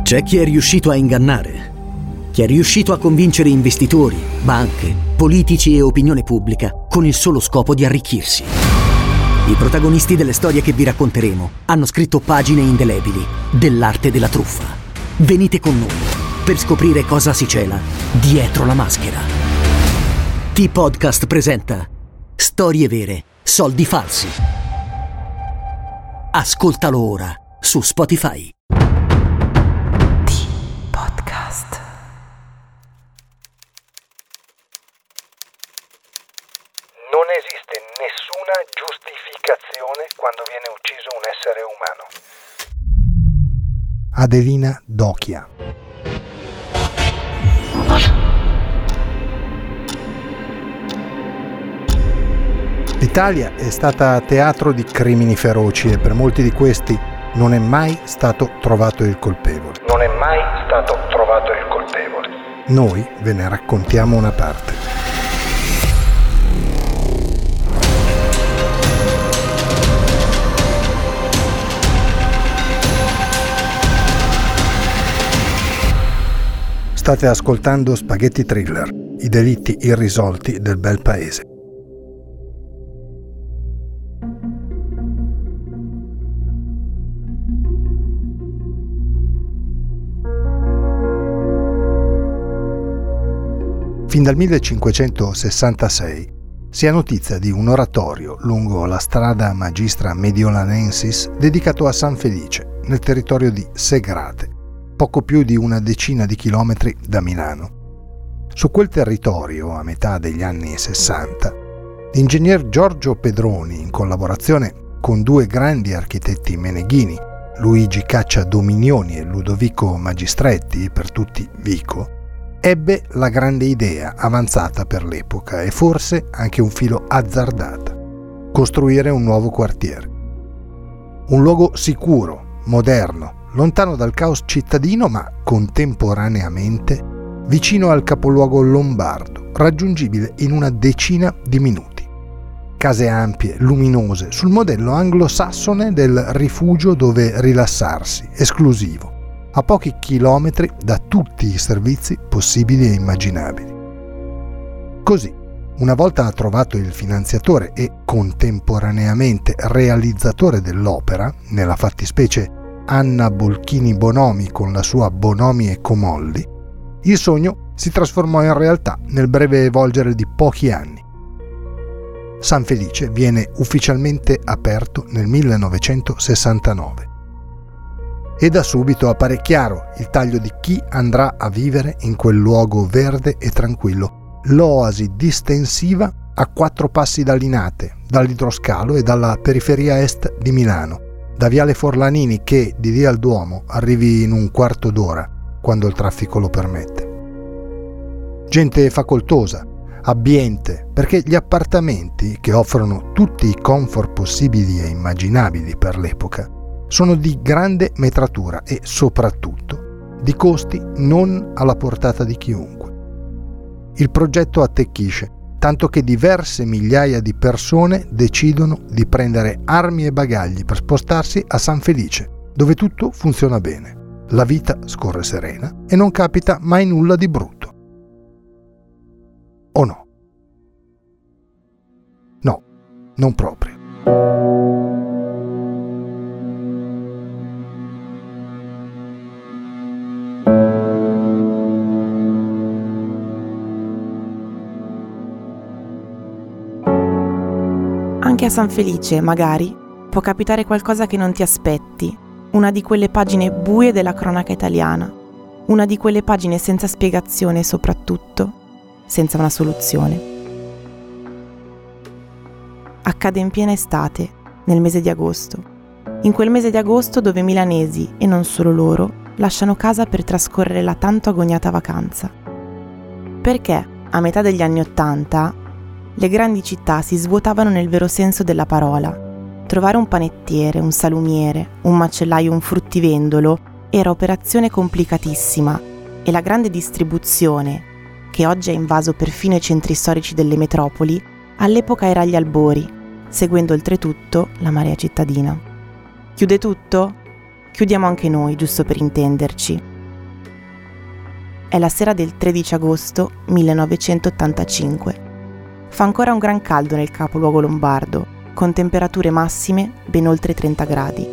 C'è chi è riuscito a ingannare, chi è riuscito a convincere investitori, banche, politici e opinione pubblica con il solo scopo di arricchirsi. I protagonisti delle storie che vi racconteremo hanno scritto pagine indelebili dell'arte della truffa. Venite con noi per scoprire cosa si cela dietro la maschera. T-Podcast presenta Storie vere, soldi falsi. Ascoltalo ora su Spotify. T-Podcast. Non esiste nessuna giustificazione quando viene ucciso un essere umano. Adelina D'Ochia. L'Italia è stata teatro di crimini feroci e per molti di questi non è mai stato trovato il colpevole. Noi ve ne raccontiamo una parte. State ascoltando Spaghetti Thriller, i delitti irrisolti del bel paese. Fin dal 1566 si ha notizia di un oratorio lungo la strada Magistra Mediolanensis dedicato a San Felice, nel territorio di Segrate, poco più di una decina di chilometri da Milano. Su quel territorio, a metà degli anni 60, l'ingegner Giorgio Pedroni, in collaborazione con due grandi architetti meneghini, Luigi Caccia Dominioni e Ludovico Magistretti, per tutti Vico, ebbe la grande idea avanzata per l'epoca e forse anche un filo azzardata: costruire un nuovo quartiere. Un luogo sicuro, moderno, lontano dal caos cittadino ma contemporaneamente vicino al capoluogo lombardo, raggiungibile in una decina di minuti. Case ampie, luminose, sul modello anglosassone del rifugio dove rilassarsi, esclusivo, a pochi chilometri da tutti i servizi possibili e immaginabili. Così, una volta trovato il finanziatore e contemporaneamente realizzatore dell'opera, nella fattispecie Anna Bolchini Bonomi con la sua Bonomi e Comolli, il sogno si trasformò in realtà nel breve volgere di pochi anni. San Felice viene ufficialmente aperto nel 1969. E da subito appare chiaro il taglio di chi andrà a vivere in quel luogo verde e tranquillo, l'oasi distensiva a 4 passi da Linate, dall'idroscalo e dalla periferia est di Milano, da Viale Forlanini che di lì al Duomo arrivi in un quarto d'ora, quando il traffico lo permette. Gente facoltosa, abbiente, perché gli appartamenti, che offrono tutti i comfort possibili e immaginabili per l'epoca, sono di grande metratura e soprattutto di costi non alla portata di chiunque. Il progetto attecchisce, tanto che diverse migliaia di persone decidono di prendere armi e bagagli per spostarsi a San Felice, dove tutto funziona bene, la vita scorre serena e non capita mai nulla di brutto. O no? No, non proprio. Anche a San Felice, magari, può capitare qualcosa che non ti aspetti, una di quelle pagine buie della cronaca italiana, una di quelle pagine senza spiegazione e soprattutto senza una soluzione. Accade in piena estate, nel mese di agosto, in quel mese di agosto dove milanesi, e non solo loro, lasciano casa per trascorrere la tanto agognata vacanza. Perché, a metà degli anni '80, le grandi città si svuotavano nel vero senso della parola. Trovare un panettiere, un salumiere, un macellaio, un fruttivendolo era operazione complicatissima e la grande distribuzione, che oggi ha invaso perfino i centri storici delle metropoli, all'epoca era agli albori, seguendo oltretutto la marea cittadina. Chiude tutto? Chiudiamo anche noi, giusto per intenderci. È la sera del 13 agosto 1985. Fa ancora un gran caldo nel capoluogo lombardo, con temperature massime ben oltre 30 gradi.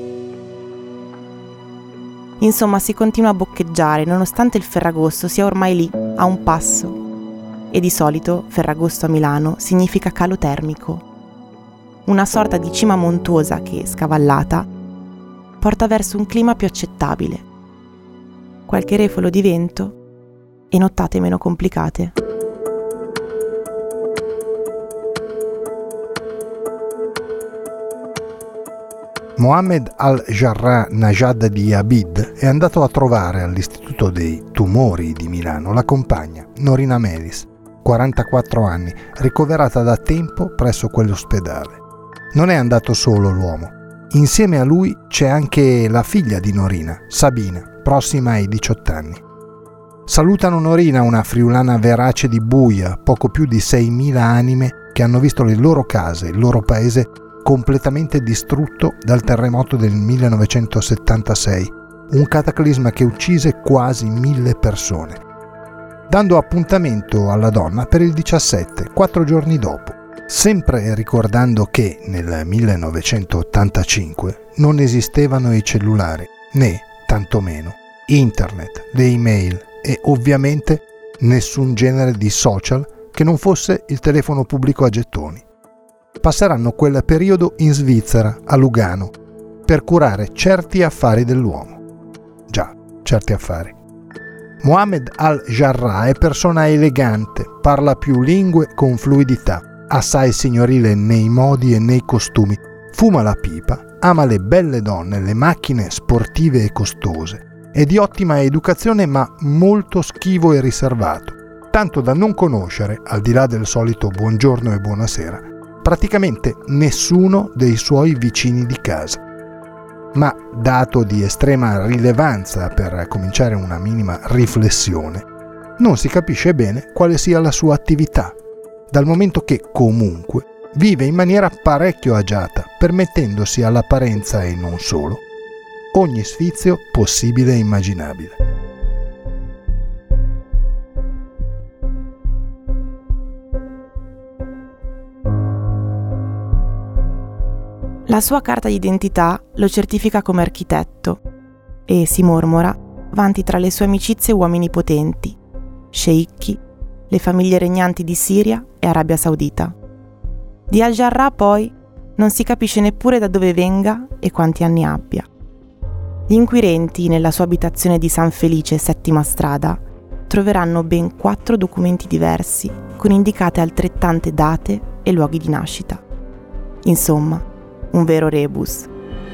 Insomma, si continua a boccheggiare nonostante il Ferragosto sia ormai lì, a un passo. E di solito Ferragosto a Milano significa calo termico. Una sorta di cima montuosa che, scavallata, porta verso un clima più accettabile. Qualche refolo di vento e nottate meno complicate. Mohammed al-Jarrah Najad di Abid è andato a trovare all'Istituto dei Tumori di Milano la compagna Norina Melis, 44 anni, ricoverata da tempo presso quell'ospedale. Non è andato solo l'uomo. Insieme a lui c'è anche la figlia di Norina, Sabina, prossima ai 18 anni. Salutano Norina, una friulana verace di Buia, poco più di 6.000 anime che hanno visto le loro case, il loro paese completamente distrutto dal terremoto del 1976, un cataclisma che uccise quasi 1.000 persone, dando appuntamento alla donna per il 17, 4 giorni dopo, sempre ricordando che nel 1985 non esistevano i cellulari, né, tantomeno, internet, le email e ovviamente nessun genere di social che non fosse il telefono pubblico a gettoni. Passeranno quel periodo in Svizzera, a Lugano, per curare certi affari dell'uomo. Già, certi affari. Mohammed al-Jarrah è persona elegante, parla più lingue con fluidità, assai signorile nei modi e nei costumi, fuma la pipa, ama le belle donne, le macchine sportive e costose, è di ottima educazione ma molto schivo e riservato, tanto da non conoscere, al di là del solito buongiorno e buonasera, praticamente nessuno dei suoi vicini di casa. Ma, dato di estrema rilevanza per cominciare una minima riflessione, non si capisce bene quale sia la sua attività, dal momento che, comunque, vive in maniera parecchio agiata, permettendosi all'apparenza e non solo, ogni sfizio possibile e immaginabile. La sua carta d'identità lo certifica come architetto e, si mormora, vanti tra le sue amicizie uomini potenti, sceicchi, le famiglie regnanti di Siria e Arabia Saudita. Di al-Jarrah poi non si capisce neppure da dove venga e quanti anni abbia. Gli inquirenti nella sua abitazione di San Felice, Settima Strada, troveranno ben 4 documenti diversi con indicate altrettante date e luoghi di nascita. Insomma, un vero rebus.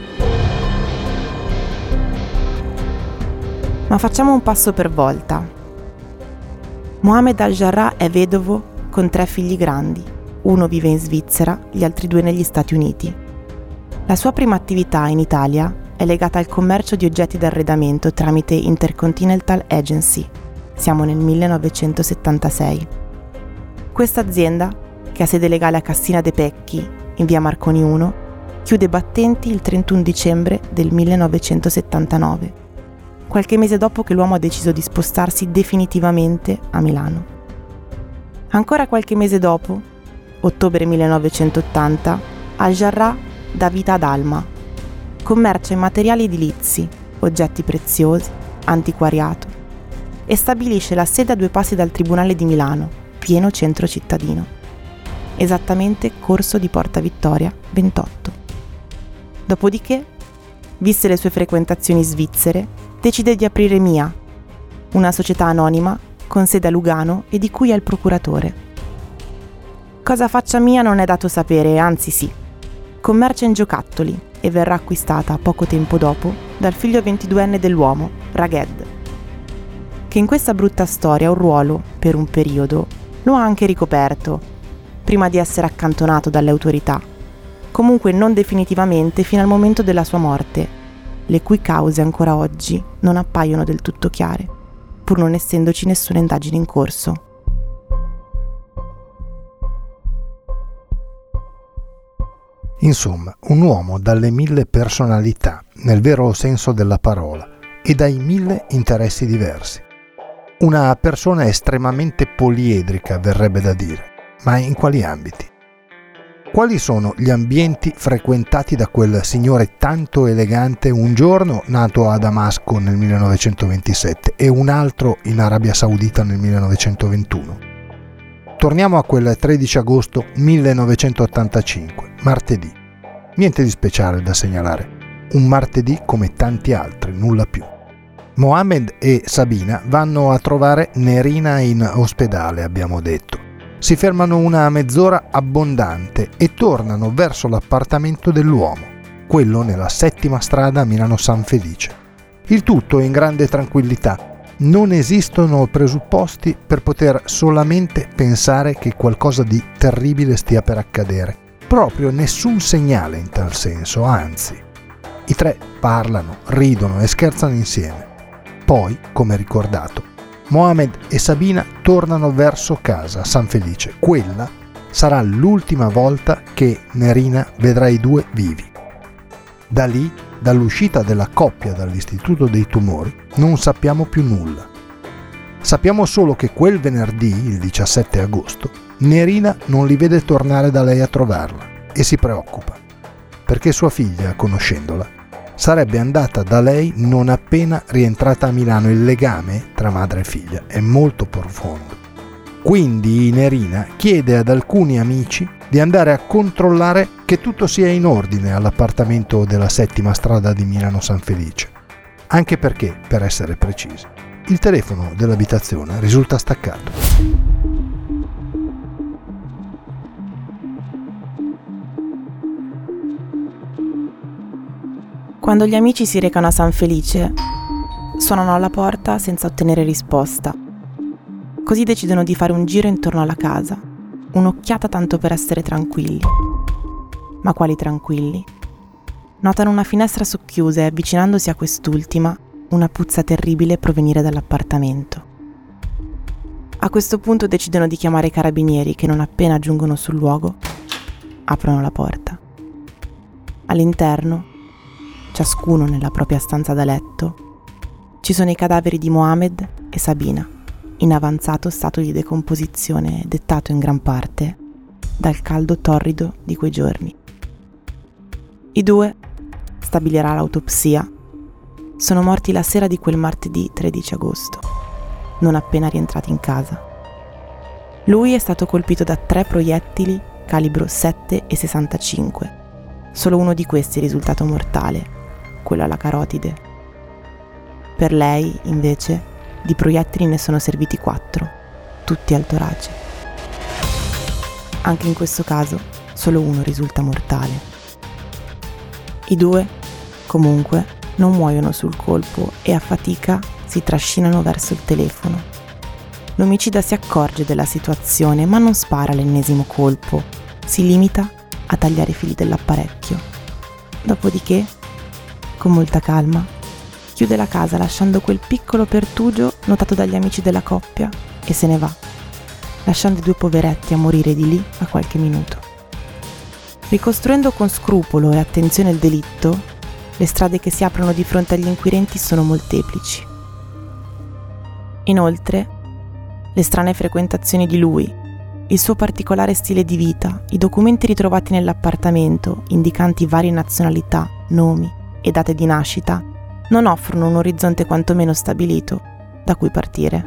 Ma facciamo un passo per volta. Mohammed al-Jarrah è vedovo con 3 figli grandi. Uno vive in Svizzera, gli altri 2 negli Stati Uniti. La sua prima attività in Italia è legata al commercio di oggetti d'arredamento tramite Intercontinental Agency. Siamo nel 1976. Questa azienda, che ha sede legale a Cassina de' Pecchi, in via Marconi 1, chiude i battenti il 31 dicembre del 1979, qualche mese dopo che l'uomo ha deciso di spostarsi definitivamente a Milano. Ancora qualche mese dopo, ottobre 1980, al-Jarrah dà vita ad Alma. Commercia in materiali edilizi, oggetti preziosi, antiquariato e stabilisce la sede a 2 passi dal Tribunale di Milano, pieno centro cittadino. Esattamente corso di Porta Vittoria 28. Dopodiché, viste le sue frequentazioni svizzere, decide di aprire Mia, una società anonima con sede a Lugano e di cui è il procuratore. Cosa faccia Mia non è dato sapere, anzi sì. Commercia in giocattoli e verrà acquistata poco tempo dopo dal figlio 22enne dell'uomo, Raghed, che in questa brutta storia un ruolo, per un periodo, lo ha anche ricoperto, prima di essere accantonato dalle autorità. Comunque non definitivamente fino al momento della sua morte, le cui cause ancora oggi non appaiono del tutto chiare, pur non essendoci nessuna indagine in corso. Insomma, un uomo dalle 1000 personalità, nel vero senso della parola, e dai 1000 interessi diversi. Una persona estremamente poliedrica, verrebbe da dire. Ma in quali ambiti? Quali sono gli ambienti frequentati da quel signore tanto elegante, un giorno nato a Damasco nel 1927 e un altro in Arabia Saudita nel 1921? Torniamo a quel 13 agosto 1985, martedì. Niente di speciale da segnalare. Un martedì come tanti altri, nulla più. Mohammed e Sabina vanno a trovare Nerina in ospedale, abbiamo detto. Si fermano una mezz'ora abbondante e tornano verso l'appartamento dell'uomo, quello nella 7ª strada a Milano San Felice. Il tutto in grande tranquillità. Non esistono presupposti per poter solamente pensare che qualcosa di terribile stia per accadere. Proprio nessun segnale in tal senso, anzi. I tre parlano, ridono e scherzano insieme. Poi, come ricordato, Mohammed e Sabina tornano verso casa, San Felice. Quella sarà l'ultima volta che Nerina vedrà i due vivi. Da lì, dall'uscita della coppia dall'Istituto dei Tumori, non sappiamo più nulla. Sappiamo solo che quel venerdì, il 17 agosto, Nerina non li vede tornare da lei a trovarla e si preoccupa, perché sua figlia, conoscendola, sarebbe andata da lei non appena rientrata a Milano. Il legame tra madre e figlia è molto profondo. Quindi Nerina chiede ad alcuni amici di andare a controllare che tutto sia in ordine all'appartamento della 7ª strada di Milano San Felice. Anche perché, per essere precisi, il telefono dell'abitazione risulta staccato. Quando gli amici si recano a San Felice, suonano alla porta senza ottenere risposta. Così decidono di fare un giro intorno alla casa, un'occhiata tanto per essere tranquilli. Ma quali tranquilli? Notano una finestra socchiusa e, avvicinandosi a quest'ultima, una puzza terribile provenire dall'appartamento. A questo punto decidono di chiamare i carabinieri che, non appena giungono sul luogo, aprono la porta. All'interno, ciascuno nella propria stanza da letto, ci sono i cadaveri di Mohammed e Sabina, in avanzato stato di decomposizione dettato in gran parte dal caldo torrido di quei giorni. I due, stabilirà l'autopsia, sono morti la sera di quel martedì 13 agosto, non appena rientrati in casa. Lui è stato colpito da 3 proiettili calibro 7,65. Solo uno di questi è risultato mortale, quello alla carotide. Per lei, invece, di proiettili ne sono serviti 4, tutti al torace. Anche in questo caso, solo uno risulta mortale. I due, comunque, non muoiono sul colpo e a fatica si trascinano verso il telefono. L'omicida si accorge della situazione, ma non spara l'ennesimo colpo, si limita a tagliare i fili dell'apparecchio. Dopodiché, con molta calma, chiude la casa lasciando quel piccolo pertugio notato dagli amici della coppia e se ne va, lasciando i 2 poveretti a morire di lì a qualche minuto. Ricostruendo con scrupolo e attenzione il delitto, le strade che si aprono di fronte agli inquirenti sono molteplici. Inoltre, le strane frequentazioni di lui, il suo particolare stile di vita, i documenti ritrovati nell'appartamento, indicanti varie nazionalità, nomi e date di nascita, non offrono un orizzonte quantomeno stabilito da cui partire.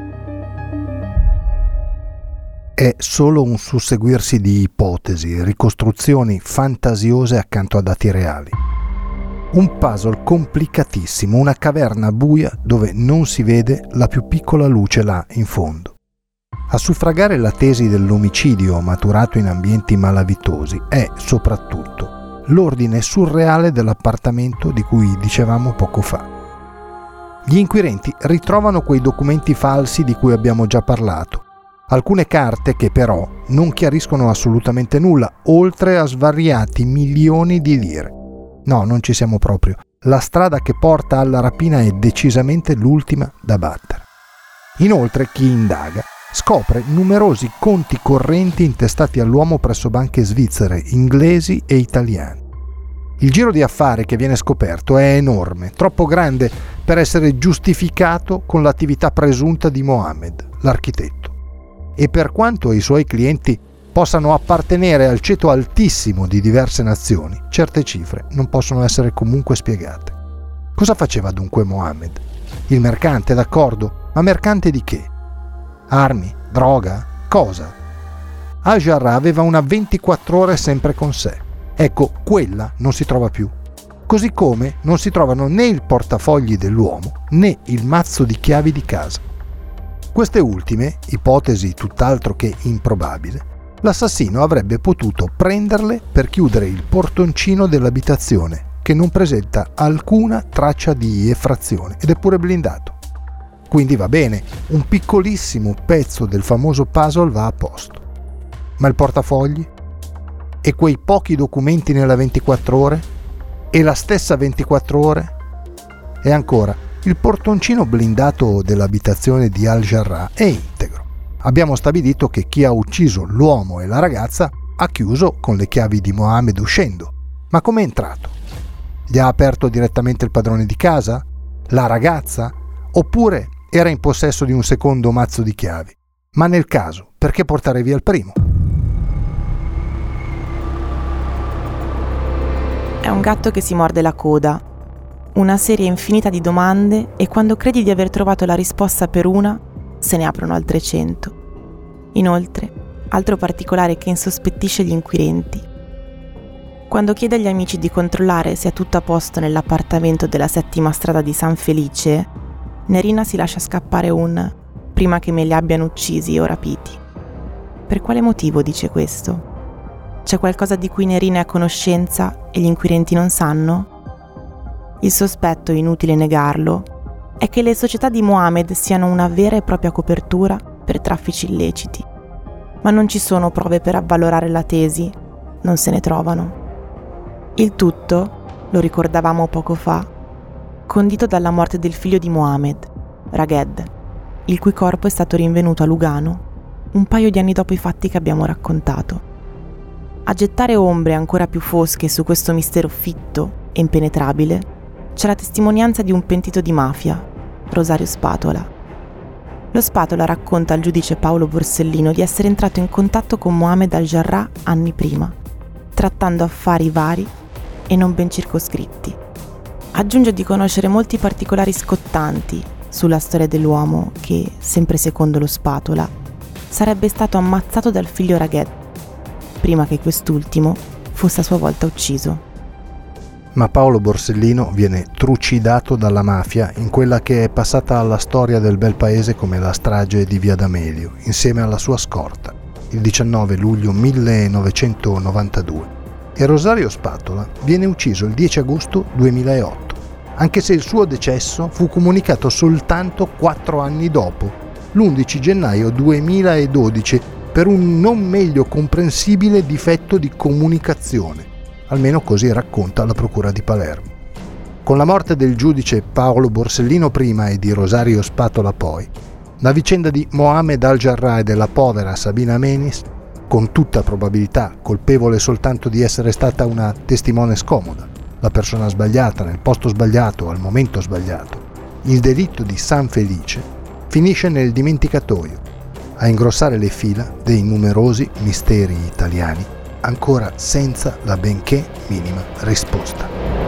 È solo un susseguirsi di ipotesi, ricostruzioni fantasiose accanto a dati reali. Un puzzle complicatissimo, una caverna buia dove non si vede la più piccola luce là in fondo. A suffragare la tesi dell'omicidio maturato in ambienti malavitosi è soprattutto l'ordine surreale dell'appartamento di cui dicevamo poco fa. Gli inquirenti ritrovano quei documenti falsi di cui abbiamo già parlato, alcune carte che però non chiariscono assolutamente nulla, oltre a svariati milioni di lire. No, non ci siamo proprio. La strada che porta alla rapina è decisamente l'ultima da battere. Inoltre, chi indaga scopre numerosi conti correnti intestati all'uomo presso banche svizzere, inglesi e italiane. Il giro di affari che viene scoperto è enorme, troppo grande per essere giustificato con l'attività presunta di Mohammed, l'architetto. E per quanto i suoi clienti possano appartenere al ceto altissimo di diverse nazioni, certe cifre non possono essere comunque spiegate. Cosa faceva dunque Mohammed? Il mercante, d'accordo, ma mercante di che? Armi? Droga? Cosa? Al-Jarrah aveva una 24 ore sempre con sé. Ecco, quella non si trova più. Così come non si trovano né il portafogli dell'uomo né il mazzo di chiavi di casa. Queste ultime, ipotesi tutt'altro che improbabile, l'assassino avrebbe potuto prenderle per chiudere il portoncino dell'abitazione, che non presenta alcuna traccia di effrazione ed è pure blindato. Quindi va bene, un piccolissimo pezzo del famoso puzzle va a posto. Ma il portafogli? E quei pochi documenti nella 24 ore? E la stessa 24 ore? E ancora, il portoncino blindato dell'abitazione di Al-Jarrah è integro. Abbiamo stabilito che chi ha ucciso l'uomo e la ragazza ha chiuso con le chiavi di Mohammed uscendo. Ma com'è entrato? Gli ha aperto direttamente il padrone di casa? La ragazza? Oppure era in possesso di un secondo mazzo di chiavi? Ma nel caso, perché portare via il primo? È un gatto che si morde la coda. Una serie infinita di domande e quando credi di aver trovato la risposta per una, se ne aprono altre 100. Inoltre, altro particolare che insospettisce gli inquirenti. Quando chiede agli amici di controllare se è tutto a posto nell'appartamento della 7ª strada di San Felice, Nerina si lascia scappare un «prima che me li abbiano uccisi o rapiti». Per quale motivo dice questo? C'è qualcosa di cui Nerina è a conoscenza e gli inquirenti non sanno? Il sospetto, inutile negarlo, è che le società di Mohammed siano una vera e propria copertura per traffici illeciti. Ma non ci sono prove per avvalorare la tesi, non se ne trovano. Il tutto, lo ricordavamo poco fa, condito dalla morte del figlio di Mohammed, Raghed, il cui corpo è stato rinvenuto a Lugano un paio di anni dopo i fatti che abbiamo raccontato. A gettare ombre ancora più fosche su questo mistero fitto e impenetrabile c'è la testimonianza di un pentito di mafia, Rosario Spatola. Lo Spatola racconta al giudice Paolo Borsellino di essere entrato in contatto con Mohammed Al-Jarrah anni prima, trattando affari vari e non ben circoscritti. Aggiunge di conoscere molti particolari scottanti sulla storia dell'uomo che, sempre secondo lo Spatola, sarebbe stato ammazzato dal figlio Raghed, prima che quest'ultimo fosse a sua volta ucciso. Ma Paolo Borsellino viene trucidato dalla mafia in quella che è passata alla storia del bel paese come la strage di Via D'Amelio, insieme alla sua scorta, il 19 luglio 1992. E Rosario Spatola viene ucciso il 10 agosto 2008, anche se il suo decesso fu comunicato soltanto 4 anni dopo, l'11 gennaio 2012, per un non meglio comprensibile difetto di comunicazione. Almeno così racconta la Procura di Palermo. Con la morte del giudice Paolo Borsellino prima e di Rosario Spatola poi, la vicenda di Mohammed Al-Jarrah e della povera Sabina Menis, con tutta probabilità colpevole soltanto di essere stata una testimone scomoda, la persona sbagliata nel posto sbagliato al momento sbagliato, il delitto di San Felice, finisce nel dimenticatoio, a ingrossare le fila dei numerosi misteri italiani ancora senza la benché minima risposta.